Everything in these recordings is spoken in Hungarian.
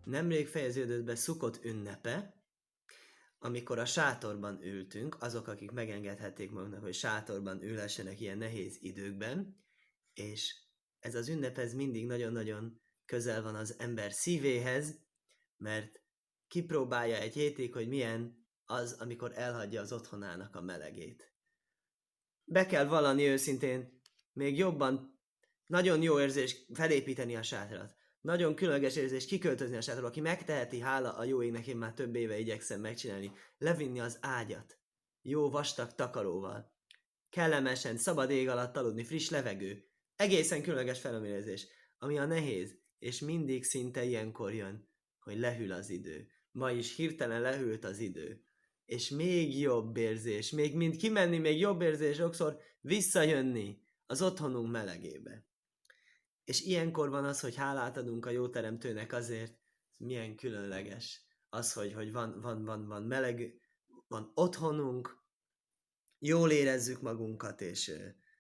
Nemrég fejeződött be Szukot ünnepe, amikor a sátorban ültünk, azok, akik megengedhették maguknak, hogy sátorban ülhessenek ilyen nehéz időkben, és ez az ünnep ez mindig nagyon-nagyon közel van az ember szívéhez, mert kipróbálja egy hétig, hogy milyen az, amikor elhagyja az otthonának a melegét. Be kell vallani őszintén, még jobban, nagyon jó érzés felépíteni a sátrat. Nagyon különleges érzés kiköltözni a sátorba, aki megteheti, hála a jó égnek, én már több éve igyekszem megcsinálni, levinni az ágyat, jó vastag takaróval, kellemesen, szabad ég alatt aludni, friss levegő, egészen különleges felemérzés, ami a nehéz, és mindig szinte ilyenkor jön, hogy lehűl az idő. Ma is hirtelen lehűlt az idő, és még jobb érzés, még mint kimenni, még jobb érzés, sokszor visszajönni az otthonunk melegébe. És ilyenkor van az, hogy hálát adunk a jó teremtőnek azért, milyen különleges az, hogy van meleg, van otthonunk, jól érezzük magunkat, és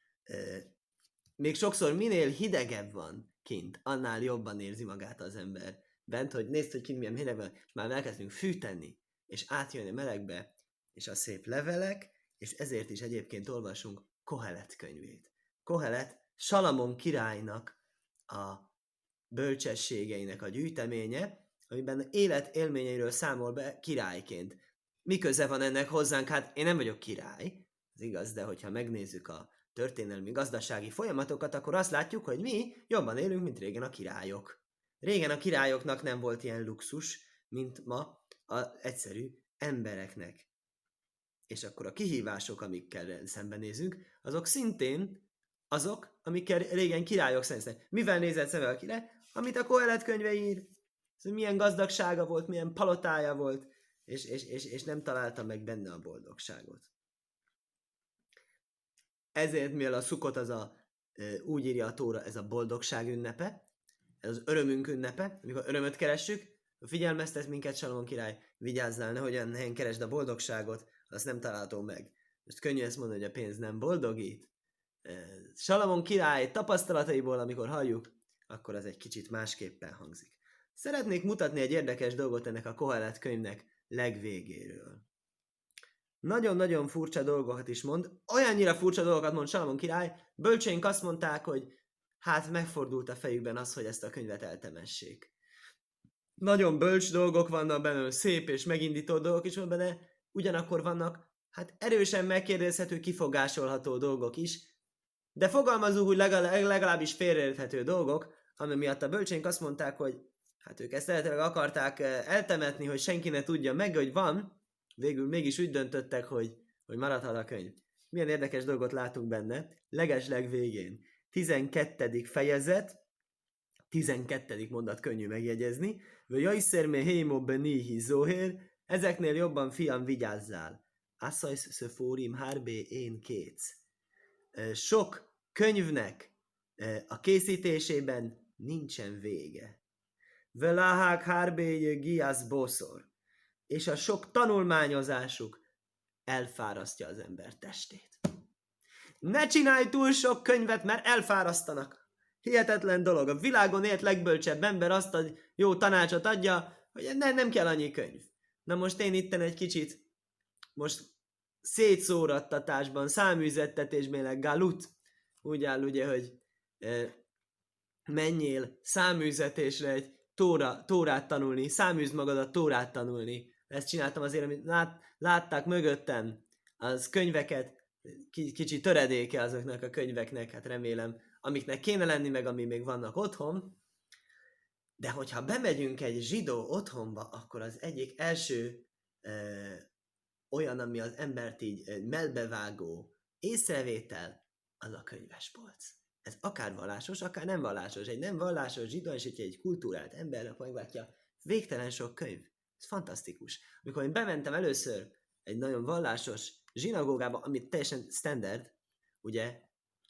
még sokszor minél hidegebb van kint, annál jobban érzi magát az ember bent, hogy nézd, hogy kint milyen hideg van, és már elkezdünk fűteni, és átjönni a melegbe, és a szép levelek, és ezért is egyébként olvasunk Kohelet könyvét. Kohelet Salamon királynak a bölcsességeinek a gyűjteménye, amiben élet élményeiről számol be királyként. Mi köze van ennek hozzánk? Hát én nem vagyok király, ez igaz, de hogyha megnézzük a történelmi gazdasági folyamatokat, akkor azt látjuk, hogy mi jobban élünk, mint régen a királyok. Régen a királyoknak nem volt ilyen luxus, mint ma az egyszerű embereknek. És akkor a kihívások, amikkel szembenézünk, azok szintén azok, amikkel régen királyok szemben. Mivel nézett szembe a király? Amit a Kohelet könyve ír. Milyen gazdagsága volt, milyen palotája volt, és nem találta meg benne a boldogságot. Ezért, mivel a Szukot úgy írja a Tóra, ez a boldogság ünnepe, ez az örömünk ünnepe, amikor örömöt keressük, figyelmeztet minket Salamon király, vigyázzál, nehogy olyan helyen keresd a boldogságot, azt nem található meg. Most könnyű ezt mondani, hogy a pénz nem boldogít. Salamon király tapasztalataiból, amikor halljuk, akkor az egy kicsit másképpen hangzik. Szeretnék mutatni egy érdekes dolgot ennek a Kohelet könyvnek legvégéről. Nagyon-nagyon furcsa dolgokat is mond, olyannyira furcsa dolgokat mond Salamon király, bölcseink azt mondták, hogy hát megfordult a fejükben az, hogy ezt a könyvet eltemessék. Nagyon bölcs dolgok vannak benne, szép és megindító dolgok is van benne, ugyanakkor vannak hát erősen megkérdezhető, kifogásolható dolgok is, de fogalmazunk úgy legalábbis félreérthető dolgok, ami miatt a bölcsénk azt mondták, hogy hát ők ezt eredetileg akarták eltemetni, hogy senki ne tudja meg, hogy van, végül mégis úgy döntöttek, hogy maradhat a könyv. Milyen érdekes dolgot látunk benne, legesleg végén. 12. fejezet, 12. mondat könnyű megjegyezni, Vajajszer me hémo benihi zohér, ezeknél jobban, fiam, vigyázzál. Asszajsz szöfórim hárbé én kétsz. Sok könyvnek a készítésében nincsen vége. Velahák hárbé giász boszor. És a sok tanulmányozásuk elfárasztja az ember testét. Ne csinálj túl sok könyvet, mert elfárasztanak. Hihetetlen dolog. A világon élt legbölcsebb ember azt a jó tanácsot adja, hogy nem kell annyi könyv. Na most én itten egy kicsit most szétszórattatásban, száműzettetésben galut. Úgy áll ugye, hogy menjél száműzetésre egy tórát tanulni, száműzd magadat tórát tanulni. Ezt csináltam azért, amit látták mögöttem, az könyveket, kicsi töredéke azoknak a könyveknek, hát remélem, amiknek kéne lenni, meg ami még vannak otthon. De hogyha bemegyünk egy zsidó otthonba, akkor az egyik első olyan, ami az embert így melbevágó észrevétel, az a könyvespolc. Ez akár vallásos, akár nem vallásos. Egy nem vallásos zsidó, és egy kultúrált embernek meglátja végtelen sok könyv. Ez fantasztikus. Amikor én bementem először egy nagyon vallásos zsinagógába, ami teljesen standard, ugye,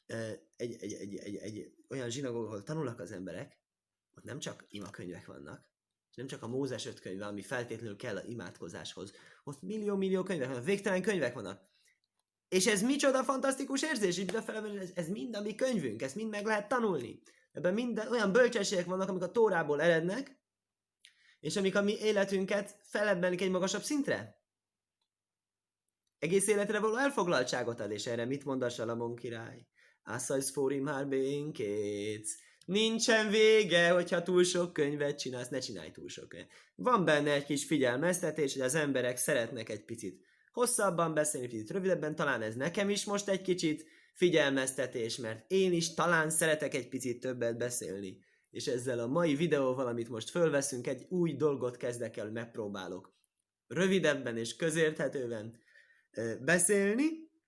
egy olyan zsinagóga, ahol tanulnak az emberek, ott nem csak imakönyvek vannak, és nem csak a Mózes 5 könyve, ami feltétlenül kell az imádkozáshoz. Ott millió könyvek vannak, végtelen könyvek vannak. És ez micsoda fantasztikus érzés, és ez mind a mi könyvünk, ezt mind meg lehet tanulni. Ebben minden olyan bölcsességek vannak, amik a Tórából erednek, és amik a mi életünket felebbenik egy magasabb szintre. Egész életre való elfoglaltságot ad, és erre mit mond a Salamon király? Ászajsz fórim hár bénkétsz. Nincsen vége, hogyha túl sok könyvet csinálsz, ne csinálj túl sok könyvet. Van benne egy kis figyelmeztetés, hogy az emberek szeretnek egy picit hosszabban beszélni, picit rövidebben, talán ez nekem is most egy kicsit figyelmeztetés, mert én is talán szeretek egy picit többet beszélni. És ezzel a mai videóval, amit most fölveszünk, egy új dolgot kezdek el, megpróbálok rövidebben és közérthetően beszélni,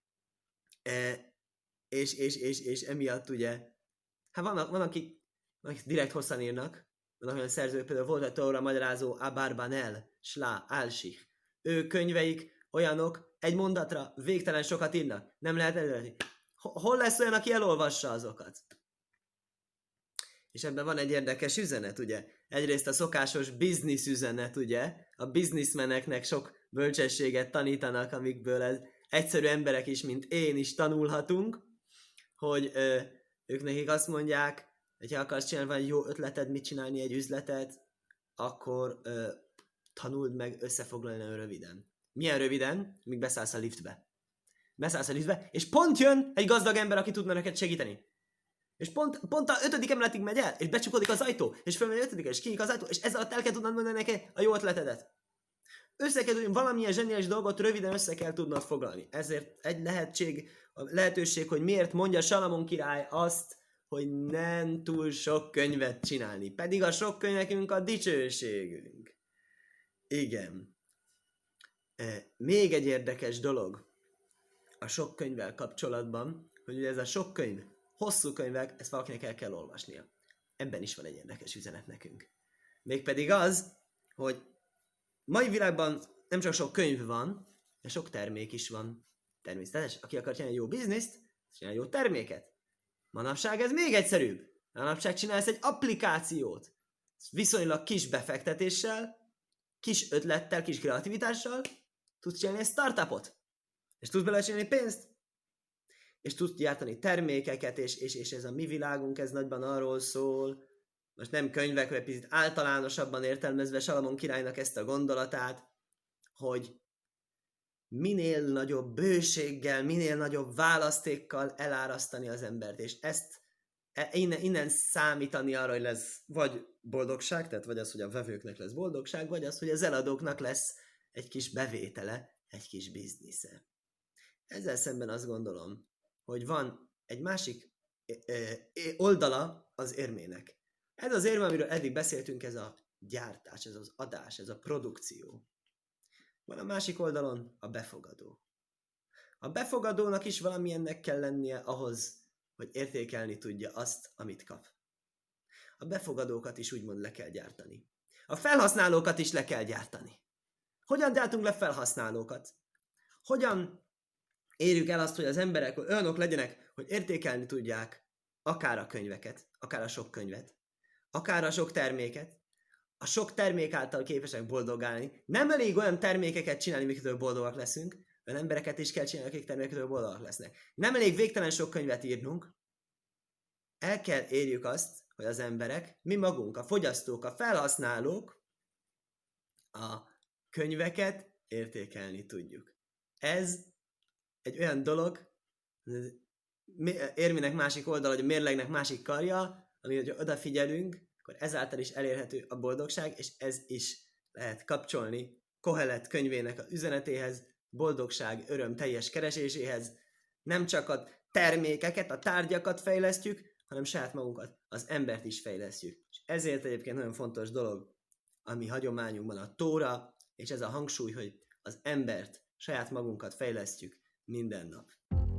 és emiatt ugye, hát van akik direkt hosszan írnak, vannak olyan szerzők, például volt a Tóra magyarázó Abarbanel, Slá, Álsich. Ő könyveik olyanok, egy mondatra végtelen sokat írnak, nem lehet előadni. Hol lesz olyan, aki elolvassa azokat? És ebben van egy érdekes üzenet, ugye? Egyrészt a szokásos biznisz üzenet, ugye? A bizniszmeneknek sok bölcsességet tanítanak, amikből ez egyszerű emberek is, mint én is tanulhatunk, hogy ők nekik azt mondják, hogy ha akarsz csinálni valami jó ötleted, mit csinálni egy üzletet, akkor tanuld meg összefoglalni nagyon röviden. Milyen röviden? Míg beszállsz a liftbe. Beszállsz a liftbe, és pont jön egy gazdag ember, aki tudna neked segíteni. És pont a 5. emeletig megy el, és becsukodik az ajtó, és fölmegy a 5. és kinyik az ajtó, és ezzel alatt el kell tudnod mondani neki a jó ötletedet. Össze kell tudni, valamilyen zseniális dolgot röviden össze kell tudnod foglalni. Ezért egy lehetőség, hogy miért mondja Salamon király azt, hogy nem túl sok könyvet csinálni. Pedig a sok könyvekünk a dicsőségünk. Igen. Még egy érdekes dolog a sok könyvvel kapcsolatban, hogy ugye ez a sok könyv, hosszú könyvek, ezt valakinek el kell olvasnia. Ebben is van egy érdekes üzenet nekünk. Mégpedig az, hogy mai világban nem csak sok könyv van, de sok termék is van. Természetes, aki akar csinálni jó bizniszt, csinálni jó terméket. Manapság ez még egyszerűbb. Manapság csinálsz egy applikációt. Viszonylag kis befektetéssel, kis ötlettel, kis kreativitással tudsz csinálni egy startupot. És tudsz belőle csinálni pénzt. És tudsz gyártani termékeket, és ez a mi világunk, ez nagyban arról szól, most nem könyvekről, egy picit általánosabban értelmezve Salamon királynak ezt a gondolatát, hogy minél nagyobb bőséggel, minél nagyobb választékkal elárasztani az embert, és ezt innen számítani arra, hogy lesz vagy boldogság, tehát vagy az, hogy a vevőknek lesz boldogság, vagy az, hogy az eladóknak lesz egy kis bevétele, egy kis biznisze. Ezzel szemben azt gondolom, hogy van egy másik oldala az érmének. Ez az érme, amiről eddig beszéltünk, ez a gyártás, ez az adás, ez a produkció. Van a másik oldalon a befogadó. A befogadónak is valamilyennek kell lennie ahhoz, hogy értékelni tudja azt, amit kap. A befogadókat is úgymond le kell gyártani. A felhasználókat is le kell gyártani. Hogyan gyártunk le felhasználókat? Hogyan érjük el azt, hogy az emberek olyanok legyenek, hogy értékelni tudják akár a könyveket, akár a sok könyvet, akár a sok terméket, a sok termék által képesek boldogálni. Nem elég olyan termékeket csinálni, amiketől boldogak leszünk, olyan embereket is kell csinálni, akik terméketől boldogak lesznek. Nem elég végtelen sok könyvet írnunk, el kell érjük azt, hogy az emberek, mi magunk, a fogyasztók, a felhasználók a könyveket értékelni tudjuk. Ez egy olyan dolog, érmének másik oldal, hogy a mérlegnek másik karja, ami, hogyha odafigyelünk, akkor ezáltal is elérhető a boldogság, és ez is lehet kapcsolni Kohelet könyvének az üzenetéhez, boldogság, öröm teljes kereséséhez. Nem csak a termékeket, a tárgyakat fejlesztjük, hanem saját magunkat, az embert is fejlesztjük. És ezért egyébként nagyon fontos dolog, ami hagyományunkban a Tóra, és ez a hangsúly, hogy az embert, saját magunkat fejlesztjük minden nap.